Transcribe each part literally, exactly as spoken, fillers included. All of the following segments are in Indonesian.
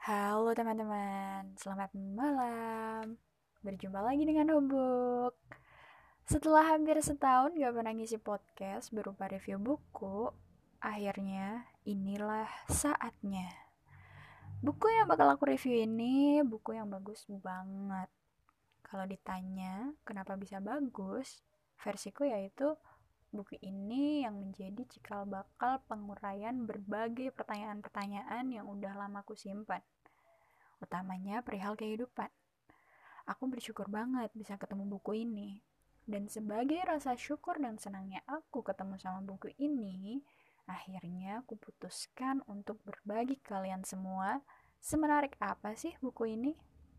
Halo teman-teman, selamat malam. Berjumpa lagi dengan Hubuk. Setelah hampir setahun gak pernah ngisi podcast berupa review buku, akhirnya inilah saatnya. Buku yang bakal aku review ini buku yang bagus banget. Kalau ditanya kenapa bisa bagus, versiku yaitu buku ini yang menjadi cikal bakal penguraian berbagai pertanyaan-pertanyaan yang udah lama aku simpan, utamanya perihal kehidupan. Aku bersyukur banget bisa ketemu buku ini. Dan sebagai rasa syukur dan senangnya aku ketemu sama buku ini, akhirnya aku putuskan untuk berbagi ke kalian semua semenarik apa sih buku ini.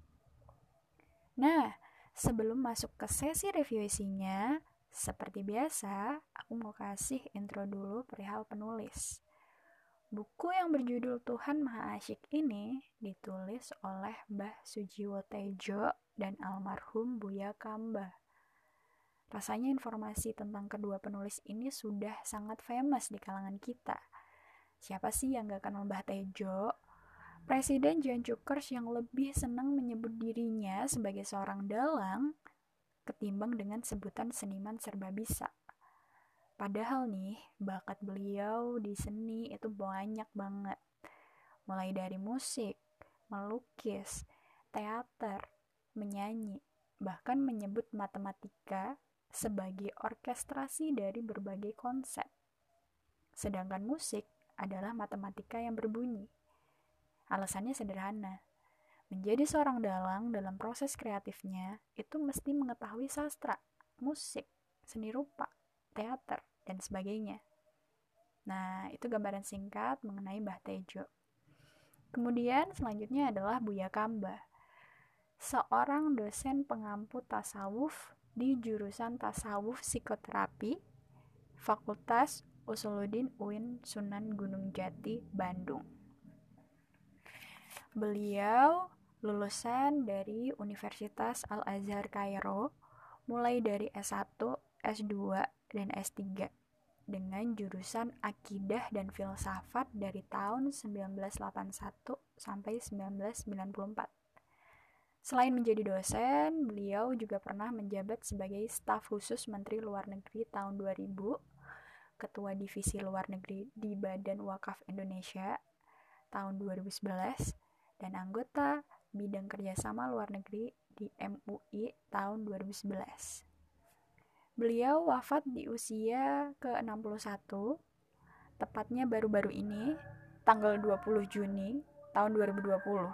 Nah, sebelum masuk ke sesi review isinya, seperti biasa, aku mau kasih intro dulu perihal penulis. Buku yang berjudul Tuhan Maha Asyik ini ditulis oleh Mbah Sujiwo Tejo dan almarhum Buya Kamba. Rasanya informasi tentang kedua penulis ini sudah sangat famous di kalangan kita. Siapa sih yang gak kenal Mbah Tejo? Presiden John Cukers yang lebih senang menyebut dirinya sebagai seorang dalang ketimbang dengan sebutan seniman serba bisa. Padahal nih, bakat beliau di seni itu banyak banget. Mulai dari musik, melukis, teater, menyanyi, bahkan menyebut matematika sebagai orkestrasi dari berbagai konsep. Sedangkan musik adalah matematika yang berbunyi. Alasannya sederhana. Menjadi seorang dalang dalam proses kreatifnya itu mesti mengetahui sastra, musik, seni rupa, teater, dan sebagainya. Nah, itu gambaran singkat mengenai Mbah Tejo. Kemudian selanjutnya adalah Buya Kamba, seorang dosen pengampu tasawuf di jurusan tasawuf psikoterapi, Fakultas Usuluddin U I N Sunan Gunung Jati, Bandung. Beliau lulusan dari Universitas Al-Azhar Kairo, mulai dari S satu, S dua, dan S tiga dengan jurusan Akidah dan Filsafat dari tahun sembilan belas delapan puluh satu sampai sembilan belas sembilan puluh empat. Selain menjadi dosen, beliau juga pernah menjabat sebagai staf khusus Menteri Luar Negeri tahun dua ribu, Ketua Divisi Luar Negeri di Badan Wakaf Indonesia tahun dua ribu sebelas, dan anggota Bidang Kerjasama Luar Negeri di M U I tahun dua ribu sebelas. Beliau wafat di usia ke enam puluh satu, tepatnya baru-baru ini, tanggal dua puluh Juni tahun dua ribu dua puluh.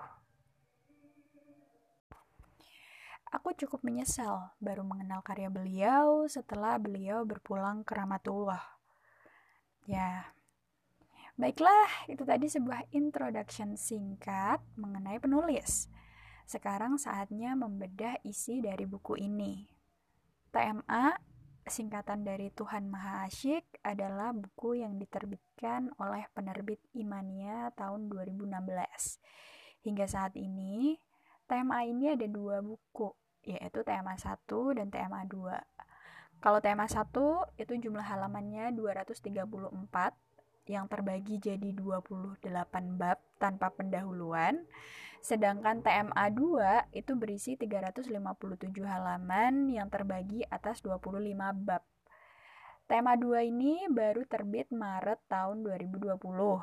Aku cukup menyesal baru mengenal karya beliau setelah beliau berpulang ke Rahmatullah. Ya, baiklah, itu tadi sebuah introduction singkat mengenai penulis. Sekarang saatnya membedah isi dari buku ini. T M A, singkatan dari Tuhan Maha Asyik, adalah buku yang diterbitkan oleh penerbit Imania tahun dua ribu enam belas. Hingga saat ini, T M A ini ada dua buku, yaitu T M A satu dan T M A dua. Kalau T M A satu itu jumlah halamannya dua ratus tiga puluh empat, yang terbagi jadi dua puluh delapan bab tanpa pendahuluan. Sedangkan T M A dua itu berisi tiga ratus lima puluh tujuh halaman yang terbagi atas dua puluh lima bab. T M A dua ini baru terbit Maret tahun dua ribu dua puluh.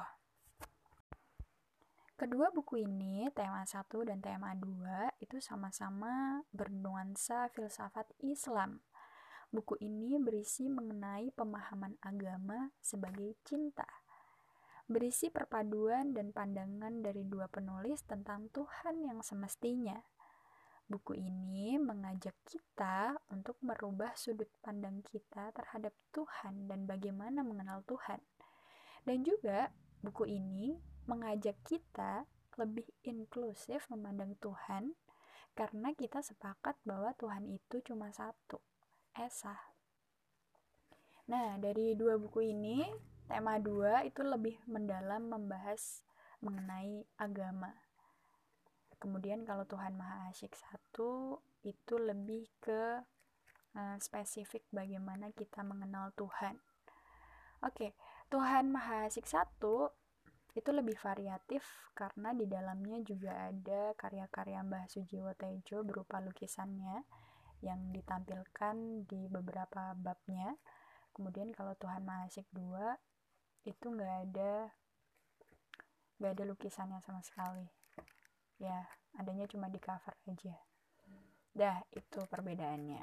Kedua buku ini, T M A satu dan T M A dua, itu sama-sama bernuansa filsafat Islam. Buku ini berisi mengenai pemahaman agama sebagai cinta. Berisi perpaduan dan pandangan dari dua penulis tentang Tuhan yang semestinya. Buku ini mengajak kita untuk merubah sudut pandang kita terhadap Tuhan dan bagaimana mengenal Tuhan. Dan juga buku ini mengajak kita lebih inklusif memandang Tuhan, karena kita sepakat bahwa Tuhan itu cuma satu, Esa. Nah, dari dua buku ini, T M A dua itu lebih mendalam membahas mengenai agama. Kemudian kalau Tuhan Maha Asyik satu itu lebih ke uh, spesifik bagaimana kita mengenal Tuhan. Oke, Tuhan Maha Asyik satu itu lebih variatif karena di dalamnya juga ada karya-karya Mbah Sujiwo Tejo berupa lukisannya yang ditampilkan di beberapa babnya. Kemudian kalau Tuhan Maha Asyik dua itu nggak ada nggak ada lukisannya sama sekali, ya adanya cuma di cover aja. Dah, itu perbedaannya.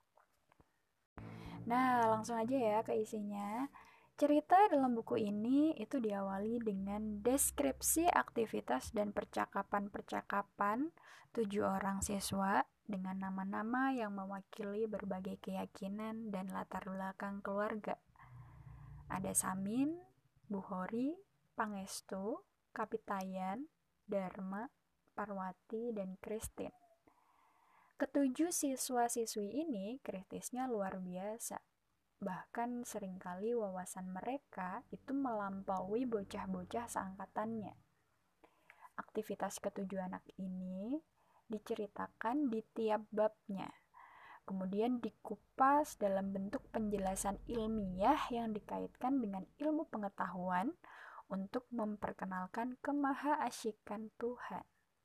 Nah, langsung aja ya ke isinya. Cerita dalam buku ini itu diawali dengan deskripsi aktivitas dan percakapan-percakapan tujuh orang siswa dengan nama-nama yang mewakili berbagai keyakinan dan latar belakang keluarga. Ada Samin, Buhori, Pangestu, Kapitayan, Dharma, Parwati, dan Christine. Ketujuh siswa-siswi ini kritisnya luar biasa. Bahkan seringkali wawasan mereka itu melampaui bocah-bocah seangkatannya. Aktivitas ketujuh anak ini diceritakan di tiap babnya, kemudian dikupas dalam bentuk penjelasan ilmiah yang dikaitkan dengan ilmu pengetahuan untuk memperkenalkan kemahaasyikan Tuhan.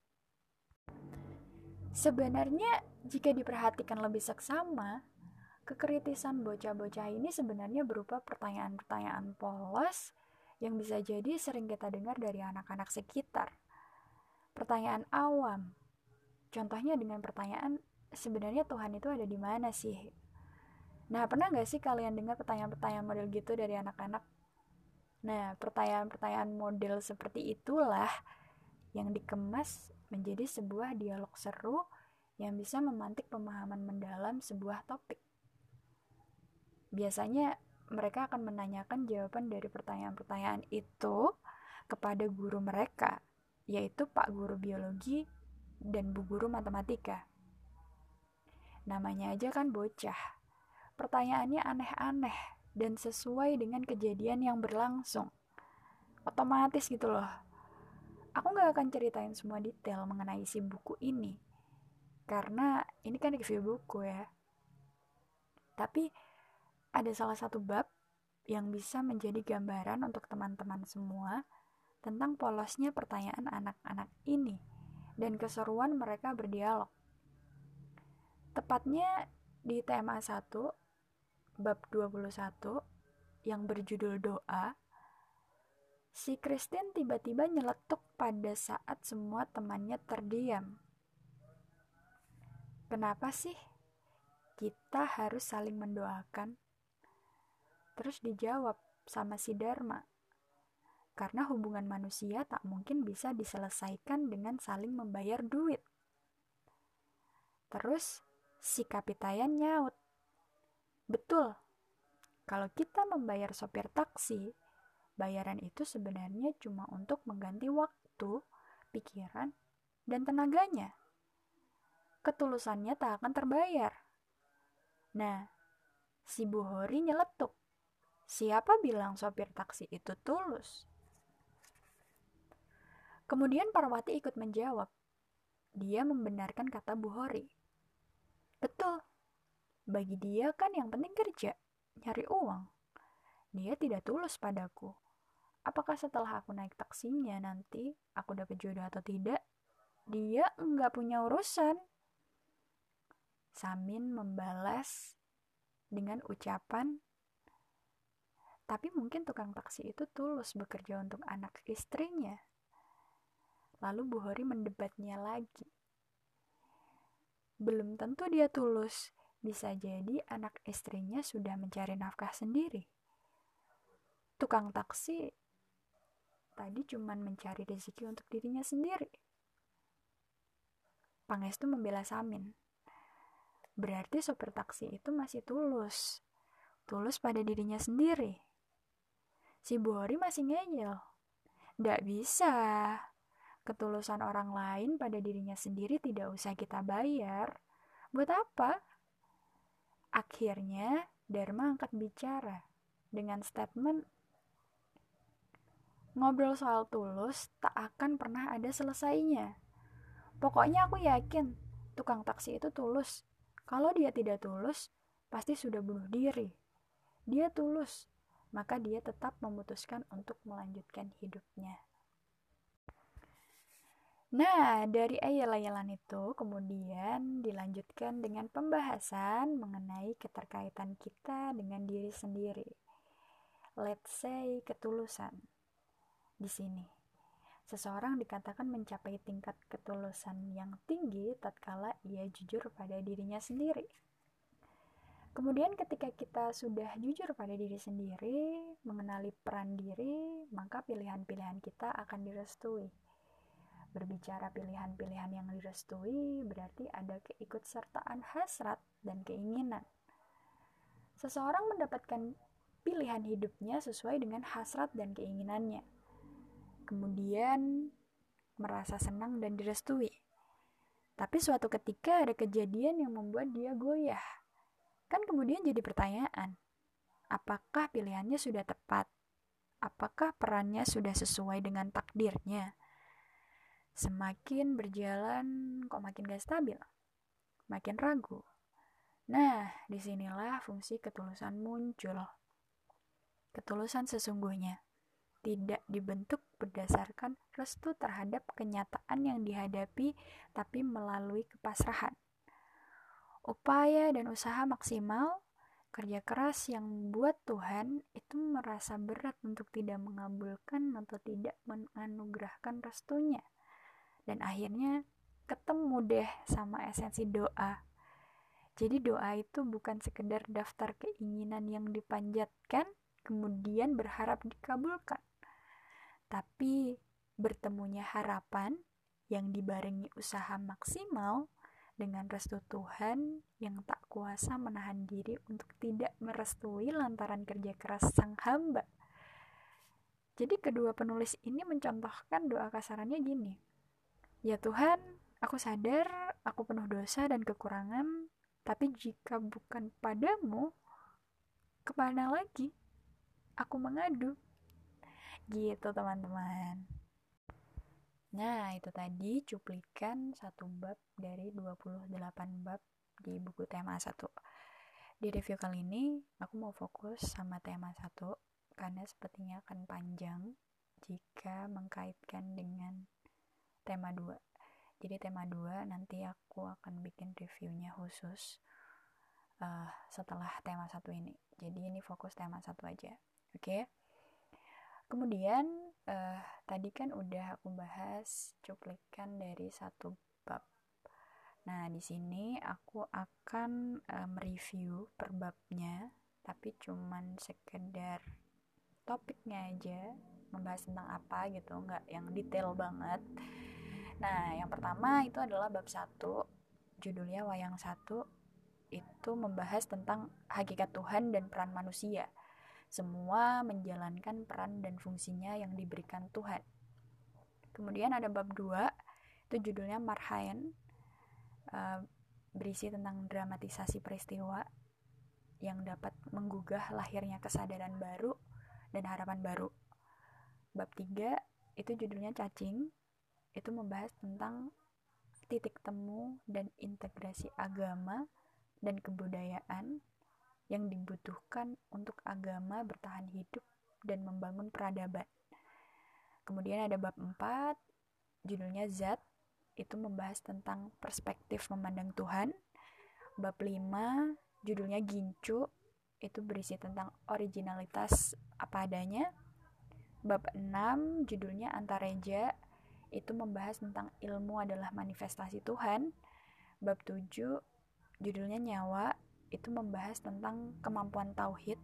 Sebenarnya jika diperhatikan lebih seksama, kekritisan bocah-bocah ini sebenarnya berupa pertanyaan-pertanyaan polos yang bisa jadi sering kita dengar dari anak-anak sekitar. Pertanyaan awam. Contohnya dengan pertanyaan, sebenarnya Tuhan itu ada di mana sih? Nah, pernah gak sih kalian dengar pertanyaan-pertanyaan model gitu dari anak-anak? Nah, pertanyaan-pertanyaan model seperti itulah yang dikemas menjadi sebuah dialog seru yang bisa memantik pemahaman mendalam sebuah topik. Biasanya mereka akan menanyakan jawaban dari pertanyaan-pertanyaan itu kepada guru mereka, yaitu Pak Guru Biologi dan Bu Guru Matematika. Namanya aja kan bocah. Pertanyaannya aneh-aneh dan sesuai dengan kejadian yang berlangsung. Otomatis gitu loh. Aku gak akan ceritain semua detail mengenai isi buku ini, karena ini kan review buku ya. Tapi ada salah satu bab yang bisa menjadi gambaran untuk teman-teman semua tentang polosnya pertanyaan anak-anak ini dan keseruan mereka berdialog. Tepatnya di tema satu, bab dua puluh satu, yang berjudul doa, si Christine tiba-tiba nyeletuk pada saat semua temannya terdiam. Kenapa sih kita harus saling mendoakan? Terus dijawab sama si Dharma, karena hubungan manusia tak mungkin bisa diselesaikan dengan saling membayar duit. Terus si Kapitayan nyaut, betul, kalau kita membayar sopir taksi, bayaran itu sebenarnya cuma untuk mengganti waktu, pikiran, dan tenaganya. Ketulusannya tak akan terbayar. Nah, si Buhori nyeletuk, siapa bilang sopir taksi itu tulus? Kemudian Parwati ikut menjawab. Dia membenarkan kata Buhori. Betul, bagi dia kan yang penting kerja, nyari uang. Dia tidak tulus padaku. Apakah setelah aku naik taksinya nanti aku dapat jodoh atau tidak, dia enggak punya urusan. Samin membalas dengan ucapan, tapi mungkin tukang taksi itu tulus bekerja untuk anak istrinya. Lalu Buhori mendebatnya lagi. Belum tentu dia tulus, bisa jadi anak istrinya sudah mencari nafkah sendiri. Tukang taksi tadi cuma mencari rezeki untuk dirinya sendiri. Pangestu membela Samin. Berarti sopir taksi itu masih tulus. Tulus pada dirinya sendiri. Si Buhori masih ngeyel. Nggak bisa. Ketulusan orang lain pada dirinya sendiri tidak usah kita bayar. Buat apa? Akhirnya Dharma angkat bicara dengan statement, ngobrol soal tulus tak akan pernah ada selesainya. Pokoknya aku yakin tukang taksi itu tulus. Kalau dia tidak tulus, pasti sudah bunuh diri. Dia tulus, maka dia tetap memutuskan untuk melanjutkan hidupnya. Nah, dari ayel-ayelan itu kemudian dilanjutkan dengan pembahasan mengenai keterkaitan kita dengan diri sendiri. Let's say ketulusan. Di sini, seseorang dikatakan mencapai tingkat ketulusan yang tinggi tatkala ia jujur pada dirinya sendiri. Kemudian ketika kita sudah jujur pada diri sendiri, mengenali peran diri, maka pilihan-pilihan kita akan direstui. Berbicara pilihan-pilihan yang direstui berarti ada keikutsertaan hasrat dan keinginan. Seseorang mendapatkan pilihan hidupnya sesuai dengan hasrat dan keinginannya. Kemudian merasa senang dan direstui. Tapi suatu ketika ada kejadian yang membuat dia goyah. Kan kemudian jadi pertanyaan, apakah pilihannya sudah tepat? Apakah perannya sudah sesuai dengan takdirnya? Semakin berjalan kok makin gak stabil, makin ragu. Nah, disinilah fungsi ketulusan muncul. Ketulusan sesungguhnya tidak dibentuk berdasarkan restu terhadap kenyataan yang dihadapi, tapi melalui kepasrahan. Upaya dan usaha maksimal, kerja keras yang membuat Tuhan itu merasa berat untuk tidak mengabulkan atau tidak menganugerahkan restunya. Dan akhirnya ketemu deh sama esensi doa. Jadi doa itu bukan sekedar daftar keinginan yang dipanjatkan kemudian berharap dikabulkan, tapi bertemunya harapan yang dibarengi usaha maksimal dengan restu Tuhan yang tak kuasa menahan diri untuk tidak merestui lantaran kerja keras sang hamba. Jadi kedua penulis ini mencontohkan doa kasarannya gini, ya Tuhan, aku sadar aku penuh dosa dan kekurangan, tapi jika bukan padamu, kemana lagi aku mengadu? Gitu teman-teman. Nah, itu tadi cuplikan satu bab dari dua puluh delapan bab di buku tema satu. Di review kali ini, aku mau fokus sama tema satu, karena sepertinya akan panjang jika mengkaitkan dengan tema dua. Jadi tema dua nanti aku akan bikin reviewnya khusus uh, setelah tema satu ini. Jadi ini fokus tema satu aja. Oke. Okay? Kemudian uh, tadi kan udah aku bahas cuplikan dari satu bab. Nah, di sini aku akan uh, mereview per babnya, tapi cuman sekedar topiknya aja, membahas tentang apa gitu, nggak yang detail banget. Nah, yang pertama itu adalah bab satu, judulnya Wayang satu, itu membahas tentang hakikat Tuhan dan peran manusia. Semua menjalankan peran dan fungsinya yang diberikan Tuhan. Kemudian ada bab dua, itu judulnya Marhaen, uh, berisi tentang dramatisasi peristiwa yang dapat menggugah lahirnya kesadaran baru dan harapan baru. Bab tiga, itu judulnya Cacing, itu membahas tentang titik temu dan integrasi agama dan kebudayaan yang dibutuhkan untuk agama bertahan hidup dan membangun peradaban. Kemudian ada bab empat, judulnya Zat, itu membahas tentang perspektif memandang Tuhan. Bab lima, judulnya Gincu, itu berisi tentang originalitas apa adanya. Bab enam, judulnya Antareja, itu membahas tentang ilmu adalah manifestasi Tuhan. Bab tujuh, judulnya Nyawa, itu membahas tentang kemampuan tauhid,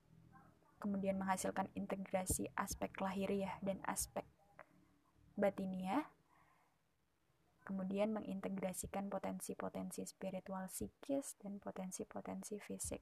kemudian menghasilkan integrasi aspek lahiriah dan aspek batiniah, kemudian mengintegrasikan potensi-potensi spiritual psikis dan potensi-potensi fisik.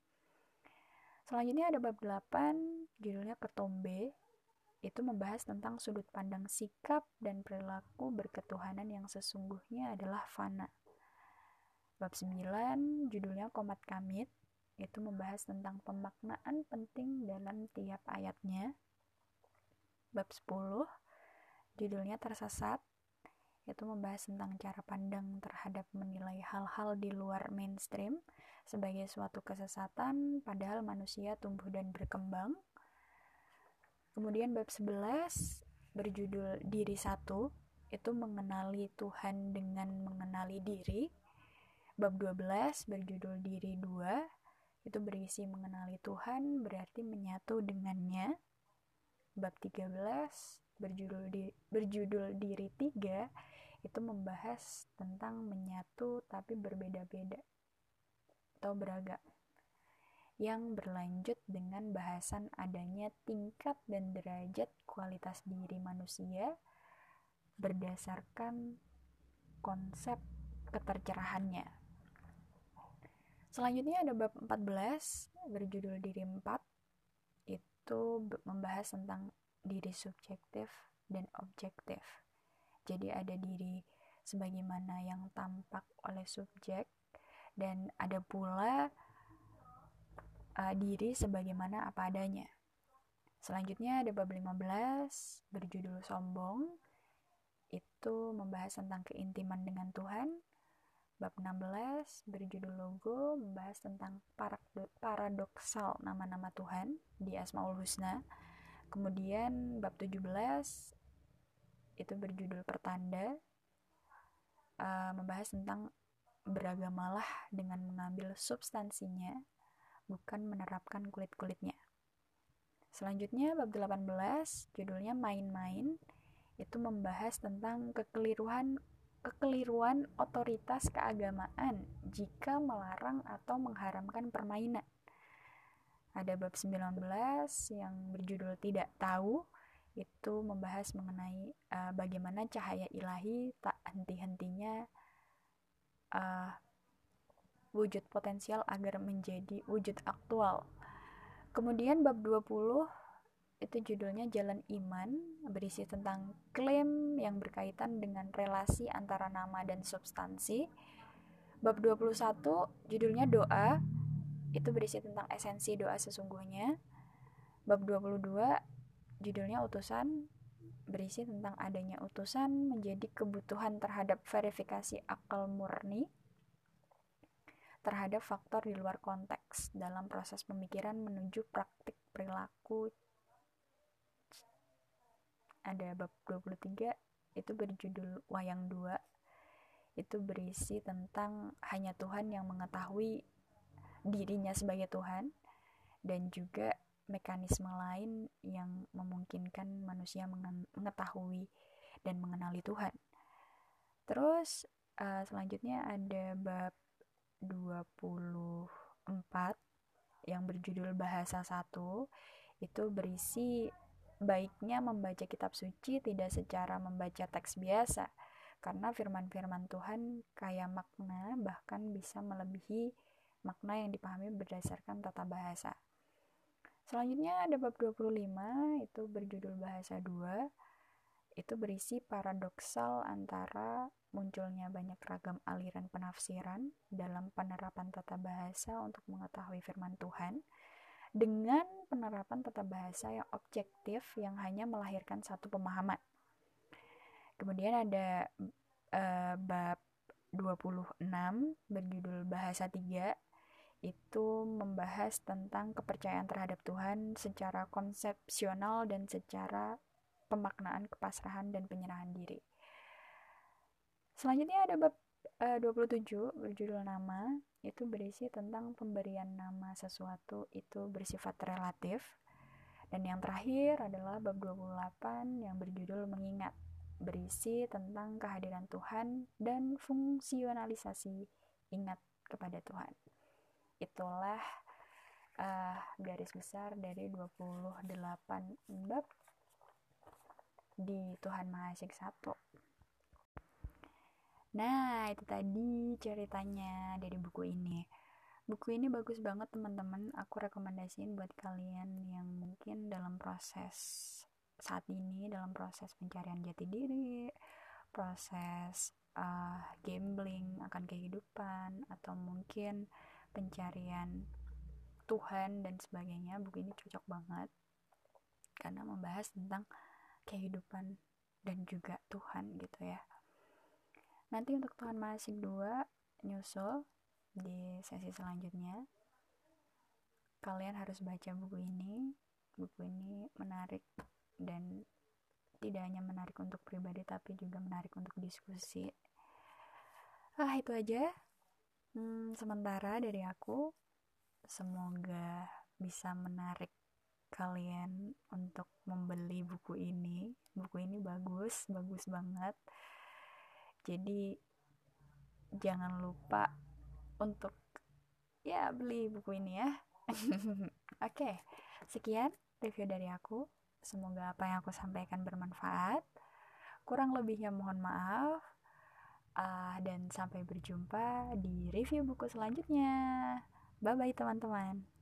Selanjutnya ada bab delapan, judulnya Ketombe, itu membahas tentang sudut pandang sikap dan perilaku berketuhanan yang sesungguhnya adalah fana. Bab sembilan, judulnya Komat Kamit, itu membahas tentang pemaknaan penting dalam tiap ayatnya. Bab sepuluh, judulnya Tersesat, itu membahas tentang cara pandang terhadap menilai hal-hal di luar mainstream sebagai suatu kesesatan, padahal manusia tumbuh dan berkembang. Kemudian bab sebelas berjudul Diri Satu, itu mengenali Tuhan dengan mengenali diri. Bab dua belas berjudul Diri dua itu berisi mengenali Tuhan berarti menyatu dengannya. Bab tiga belas berjudul di, berjudul Diri tiga itu membahas tentang menyatu tapi berbeda-beda atau beragam, yang berlanjut dengan bahasan adanya tingkat dan derajat kualitas diri manusia berdasarkan konsep ketercerahannya. Selanjutnya ada bab empat belas berjudul Diri empat, itu membahas tentang diri subjektif dan objektif. Jadi ada diri sebagaimana yang tampak oleh subjek dan ada pula uh, diri sebagaimana apa adanya. Selanjutnya ada bab lima belas berjudul Sombong, itu membahas tentang keintiman dengan Tuhan. Bab enam belas berjudul Logo membahas tentang paradoksal nama-nama Tuhan di Asmaul Husna. Kemudian bab tujuh belas itu berjudul Pertanda, uh, membahas tentang beragamalah dengan mengambil substansinya, bukan menerapkan kulit-kulitnya. Selanjutnya bab delapan belas judulnya Main-main, itu membahas tentang kekeliruan kekeliruan otoritas keagamaan jika melarang atau mengharamkan permainan. Ada bab sembilan belas yang berjudul Tidak Tahu, itu membahas mengenai uh, bagaimana cahaya ilahi tak henti-hentinya uh, wujud potensial agar menjadi wujud aktual. Kemudian bab dua puluh itu judulnya Jalan Iman, berisi tentang klaim yang berkaitan dengan relasi antara nama dan substansi. Bab dua puluh satu judulnya Doa, itu berisi tentang esensi doa sesungguhnya. Bab dua puluh dua judulnya Utusan, berisi tentang adanya utusan menjadi kebutuhan terhadap verifikasi akal murni terhadap faktor di luar konteks dalam proses pemikiran menuju praktik perilaku. Ada bab dua puluh tiga itu berjudul Wayang dua, itu berisi tentang hanya Tuhan yang mengetahui dirinya sebagai Tuhan dan juga mekanisme lain yang memungkinkan manusia mengetahui dan mengenali Tuhan. Terus uh, selanjutnya ada bab dua puluh empat yang berjudul Bahasa satu, itu berisi baiknya membaca kitab suci tidak secara membaca teks biasa, karena firman-firman Tuhan kaya makna, bahkan bisa melebihi makna yang dipahami berdasarkan tata bahasa. Selanjutnya ada bab dua puluh lima, itu berjudul Bahasa dua, itu berisi paradoksal antara munculnya banyak ragam aliran penafsiran dalam penerapan tata bahasa untuk mengetahui firman Tuhan dengan penerapan tata bahasa yang objektif yang hanya melahirkan satu pemahaman. Kemudian ada uh, bab dua puluh enam berjudul Bahasa tiga, itu membahas tentang kepercayaan terhadap Tuhan secara konsepsional dan secara pemaknaan kepasrahan dan penyerahan diri. Selanjutnya ada bab uh, dua puluh tujuh berjudul Nama, itu berisi tentang pemberian nama sesuatu itu bersifat relatif. Dan yang terakhir adalah bab dua puluh delapan yang berjudul Mengingat, berisi tentang kehadiran Tuhan dan fungsionalisasi ingat kepada Tuhan. Itulah uh, garis besar dari dua puluh delapan bab di Tuhan Maha Asyik satu. Nah, itu tadi ceritanya dari buku ini. Buku ini bagus banget teman-teman. Aku rekomendasiin buat kalian yang mungkin dalam proses saat ini, dalam proses pencarian jati diri, proses uh, gambling akan kehidupan, atau mungkin pencarian Tuhan dan sebagainya. Buku ini cocok banget karena membahas tentang kehidupan dan juga Tuhan gitu ya. Nanti untuk Tuhan Maha Asyik dua nyusul di sesi selanjutnya. Kalian harus baca buku ini. Buku ini menarik dan tidak hanya menarik untuk pribadi tapi juga menarik untuk diskusi. Ah, itu aja hmm, sementara dari aku. Semoga bisa menarik kalian untuk membeli buku ini. Buku ini bagus, bagus banget. Jadi jangan lupa untuk ya beli buku ini ya. Oke, sekian review dari aku. Semoga apa yang aku sampaikan bermanfaat. Kurang lebihnya mohon maaf. Uh, dan sampai berjumpa di review buku selanjutnya. Bye bye teman-teman.